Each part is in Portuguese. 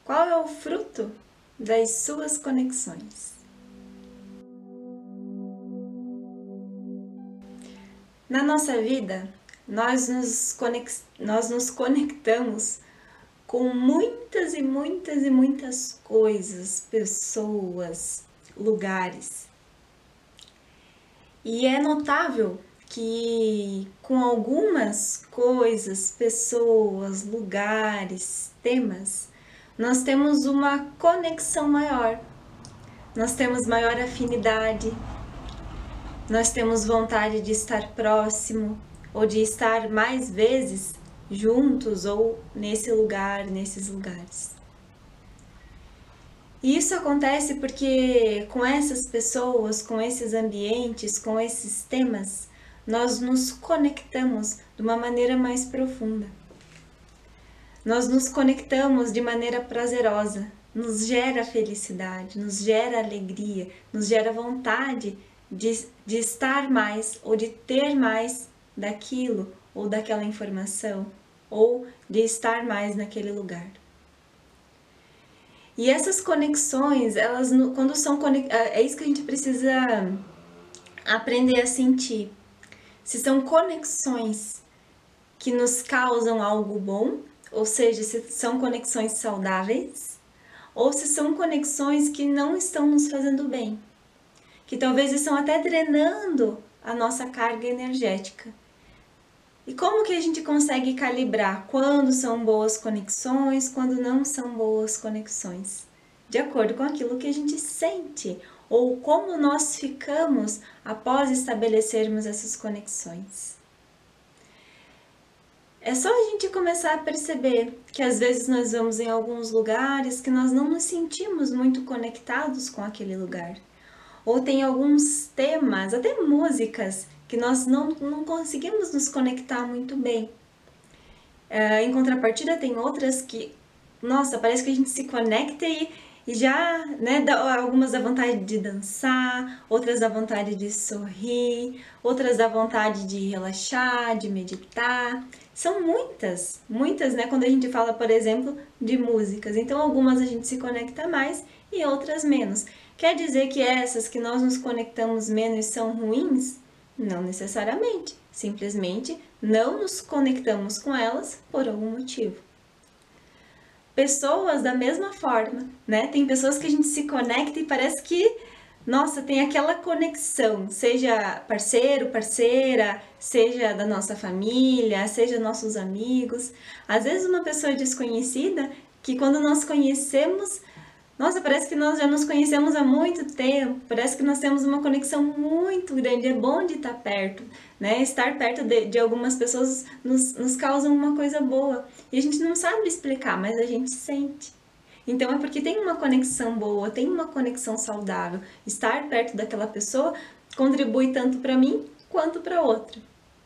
Qual é o fruto das suas conexões? Na nossa vida, nós nos conectamos com muitas e muitas e muitas coisas, pessoas, lugares. E é notável que com algumas coisas, pessoas, lugares, temas, nós temos uma conexão maior, nós temos maior afinidade, nós temos vontade de estar próximo ou de estar mais vezes juntos ou nesse lugar, nesses lugares. E isso acontece porque com essas pessoas, com esses ambientes, com esses temas, nós nos conectamos de uma maneira mais profunda. Nós nos conectamos de maneira prazerosa, nos gera felicidade, nos gera alegria, nos gera vontade de estar mais ou de ter mais daquilo ou daquela informação ou de estar mais naquele lugar. E essas conexões, elas quando são é isso que a gente precisa aprender a sentir. Se são conexões que nos causam algo bom, ou seja, se são conexões saudáveis, ou se são conexões que não estão nos fazendo bem, que talvez estão até drenando a nossa carga energética. E como que a gente consegue calibrar quando são boas conexões, quando não são boas conexões? De acordo com aquilo que a gente sente, ou como nós ficamos após estabelecermos essas conexões. É só a gente começar a perceber que às vezes nós vamos em alguns lugares que nós não nos sentimos muito conectados com aquele lugar. Ou tem alguns temas, até músicas, que nós não conseguimos nos conectar muito bem. Em contrapartida, tem outras que, nossa, parece que a gente se conecta e já, né, algumas dá vontade de dançar, outras dá vontade de sorrir, outras dá vontade de relaxar, de meditar. São muitas, né, quando a gente fala, por exemplo, de músicas. Então, algumas a gente se conecta mais e outras menos. Quer dizer que essas que nós nos conectamos menos são ruins? Não necessariamente. Simplesmente não nos conectamos com elas por algum motivo. Pessoas da mesma forma, né? Tem pessoas que a gente se conecta e parece que, nossa, tem aquela conexão, seja parceiro, parceira, seja da nossa família, seja nossos amigos. Às vezes uma pessoa desconhecida que quando nós conhecemos, nossa, parece que nós já nos conhecemos há muito tempo, parece que nós temos uma conexão muito grande, é bom de estar perto, né? Estar perto de algumas pessoas nos causa uma coisa boa e a gente não sabe explicar, mas a gente sente. Então é porque tem uma conexão boa, tem uma conexão saudável. Estar perto daquela pessoa contribui tanto para mim quanto para outra.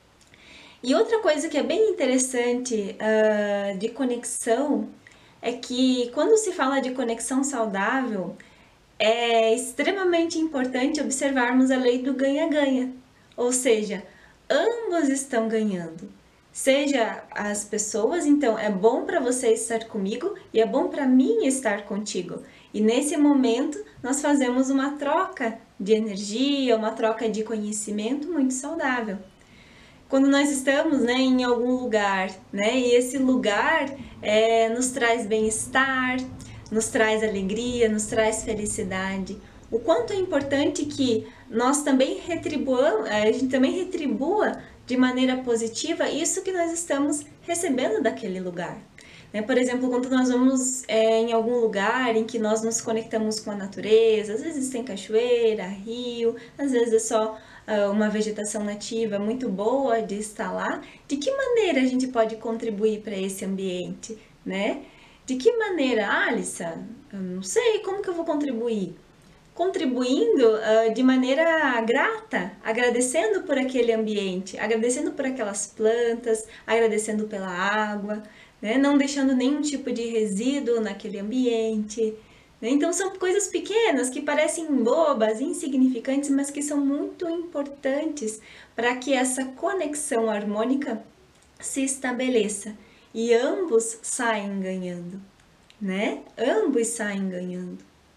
E outra coisa que é bem interessante de conexão é que quando se fala de conexão saudável, é extremamente importante observarmos a lei do ganha-ganha, ou seja, ambos estão ganhando. Seja as pessoas, então é bom para você estar comigo e é bom para mim estar contigo. E nesse momento nós fazemos uma troca de energia, uma troca de conhecimento muito saudável. Quando nós estamos, né, em algum lugar, né, e esse lugar nos traz bem-estar, nos traz alegria, nos traz felicidade. O quanto é importante que nós também a gente também retribua de maneira positiva isso que nós estamos recebendo daquele lugar. Por exemplo, quando nós vamos em algum lugar em que nós nos conectamos com a natureza, às vezes tem cachoeira, rio, às vezes é só uma vegetação nativa muito boa de estar lá, de que maneira a gente pode contribuir para esse ambiente, né? De que maneira, Alissa? Eu não sei, como que eu vou contribuir? Contribuindo de maneira grata, agradecendo por aquele ambiente, agradecendo por aquelas plantas, agradecendo pela água, né? Não deixando nenhum tipo de resíduo naquele ambiente. Então são coisas pequenas que parecem bobas, insignificantes, mas que são muito importantes para que essa conexão harmônica se estabeleça e ambos saem ganhando. né? Ambos saem ganhando.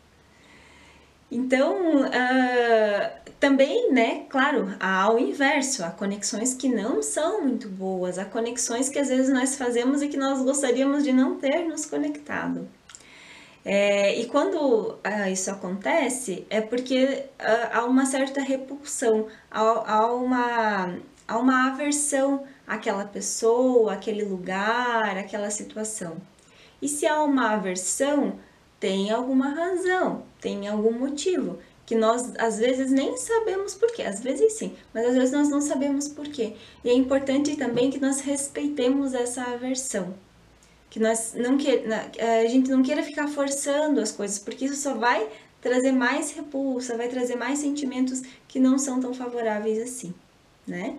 Então, também, né, claro, há o inverso, há conexões que não são muito boas, há conexões que às vezes nós fazemos e que nós gostaríamos de não ter nos conectado. E quando isso acontece, é porque há uma certa repulsão, há uma aversão àquela pessoa, àquele lugar, àquela situação. E se há uma aversão, tem alguma razão, tem algum motivo, que nós às vezes nem sabemos por quê, às vezes sim, mas às vezes nós não sabemos por quê. E é importante também que nós respeitemos essa aversão, que nós não a gente não queira ficar forçando as coisas, porque isso só vai trazer mais repulsa, vai trazer mais sentimentos que não são tão favoráveis assim, né?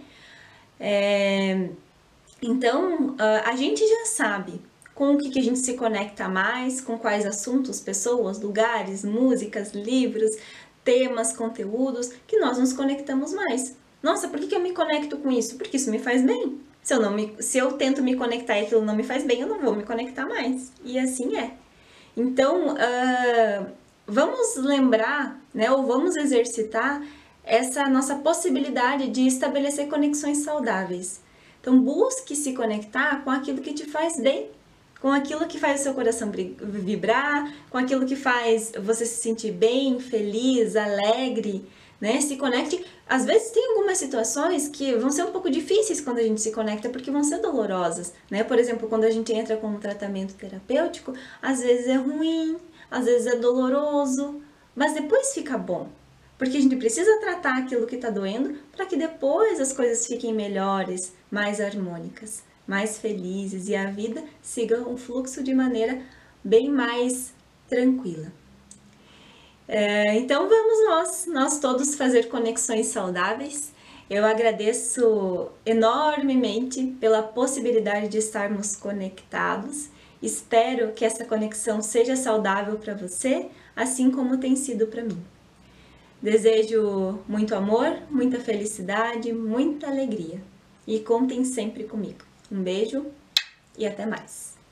Então, a gente já sabe com o que a gente se conecta mais, com quais assuntos, pessoas, lugares, músicas, livros, temas, conteúdos, que nós nos conectamos mais. Nossa, por que eu me conecto com isso? Porque isso me faz bem. Se eu tento me conectar e aquilo não me faz bem, eu não vou me conectar mais. E assim é. Então, vamos lembrar, né, ou vamos exercitar essa nossa possibilidade de estabelecer conexões saudáveis. Então, busque se conectar com aquilo que te faz bem, com aquilo que faz o seu coração vibrar, com aquilo que faz você se sentir bem, feliz, alegre, né? Se conecte. Às vezes tem algumas situações que vão ser um pouco difíceis quando a gente se conecta, porque vão ser dolorosas, né? Por exemplo, quando a gente entra com um tratamento terapêutico, às vezes é ruim, às vezes é doloroso, mas depois fica bom. Porque a gente precisa tratar aquilo que está doendo para que depois as coisas fiquem melhores, mais harmônicas, mais felizes e a vida siga um fluxo de maneira bem mais tranquila. Então vamos nós todos fazer conexões saudáveis. Eu agradeço enormemente pela possibilidade de estarmos conectados. Espero que essa conexão seja saudável para você, assim como tem sido para mim. Desejo muito amor, muita felicidade, muita alegria. E contem sempre comigo. Um beijo e até mais!